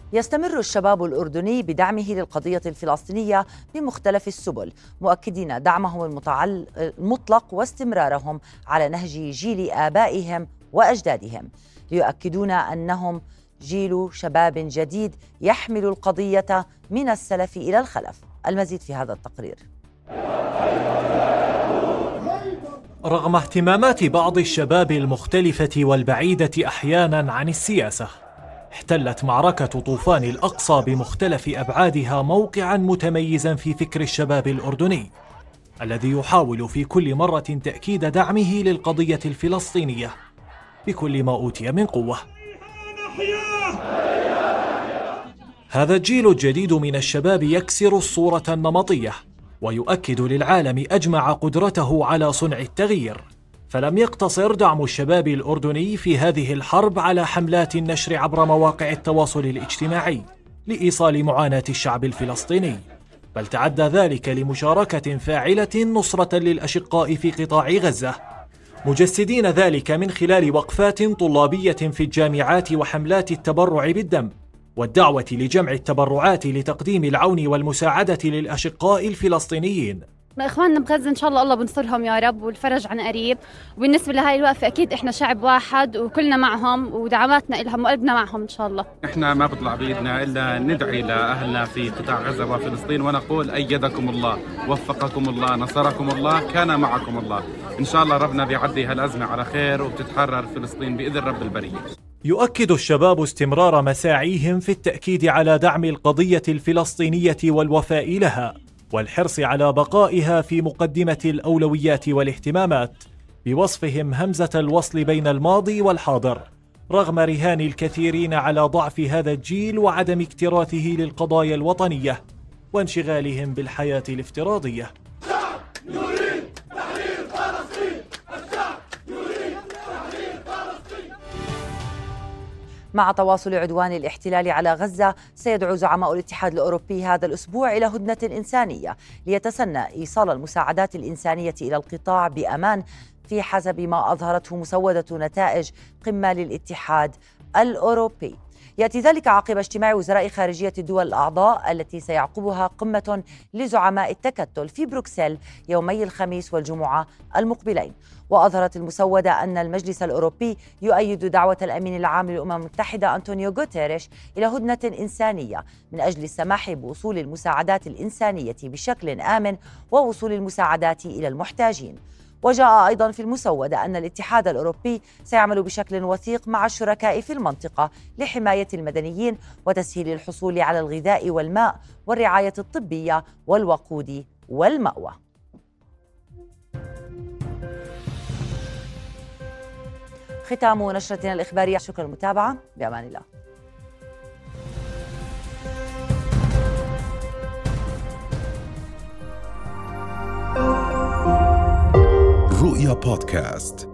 يستمر الشباب الأردني بدعمه للقضية الفلسطينية بمختلف السبل، مؤكدين دعمهم المطلق واستمرارهم على نهج جيل آبائهم وأجدادهم، ليؤكدون أنهم جيل شباب جديد يحمل القضية من السلف إلى الخلف. المزيد في هذا التقرير. رغم اهتمامات بعض الشباب المختلفة والبعيدة أحياناً عن السياسة، احتلت معركة طوفان الأقصى بمختلف أبعادها موقعاً متميزاً في فكر الشباب الأردني، الذي يحاول في كل مرة تأكيد دعمه للقضية الفلسطينية بكل ما أوتي من قوة. هذا الجيل الجديد من الشباب يكسر الصورة النمطية ويؤكد للعالم أجمع قدرته على صنع التغيير، فلم يقتصر دعم الشباب الأردني في هذه الحرب على حملات النشر عبر مواقع التواصل الاجتماعي لإيصال معاناة الشعب الفلسطيني، بل تعدى ذلك لمشاركة فاعلة نصرة للأشقاء في قطاع غزة، مجسدين ذلك من خلال وقفات طلابية في الجامعات وحملات التبرع بالدم والدعوة لجمع التبرعات لتقديم العون والمساعدة للأشقاء الفلسطينيين. إخواننا بغزة إن شاء الله بنصرهم يا رب والفرج عن قريب. وبالنسبة لهاي الوقفة أكيد إحنا شعب واحد وكلنا معهم ودعواتنا لهم وقلبنا معهم إن شاء الله. إحنا ما بطلع بإيدنا إلا ندعي لأهلنا في قطاع غزة وفلسطين ونقول أيدكم الله، وفقكم الله، نصركم الله، كان معكم الله. إن شاء الله ربنا بيعدي هالأزمة على خير وبتتحرر فلسطين بإذن رب البرية. يؤكد الشباب استمرار مساعيهم في التأكيد على دعم القضية الفلسطينية والوفاء لها والحرص على بقائها في مقدمة الأولويات والاهتمامات، بوصفهم همزة الوصل بين الماضي والحاضر، رغم رهان الكثيرين على ضعف هذا الجيل وعدم اكتراثه للقضايا الوطنية وانشغالهم بالحياة الافتراضية. مع تواصل عدوان الاحتلال على غزة، سيدعو زعماء الاتحاد الأوروبي هذا الأسبوع إلى هدنة إنسانية ليتسنى إيصال المساعدات الإنسانية إلى القطاع بأمان، في حسب ما أظهرته مسودة نتائج قمة للاتحاد الأوروبي. يأتي ذلك عقب اجتماع وزراء خارجية الدول الأعضاء التي سيعقبها قمة لزعماء التكتل في بروكسل يومي الخميس والجمعة المقبلين. وأظهرت المسودة أن المجلس الأوروبي يؤيد دعوة الأمين العام للأمم المتحدة أنطونيو غوتيريش إلى هدنة إنسانية من أجل السماح بوصول المساعدات الإنسانية بشكل آمن ووصول المساعدات إلى المحتاجين. وجاء أيضا في المسودة أن الاتحاد الأوروبي سيعمل بشكل وثيق مع الشركاء في المنطقة لحماية المدنيين وتسهيل الحصول على الغذاء والماء والرعاية الطبية والوقود والمأوى. ختام نشرتنا الإخبارية. شكرا للمتابعة، بأمان الله. رؤيا بودكاست.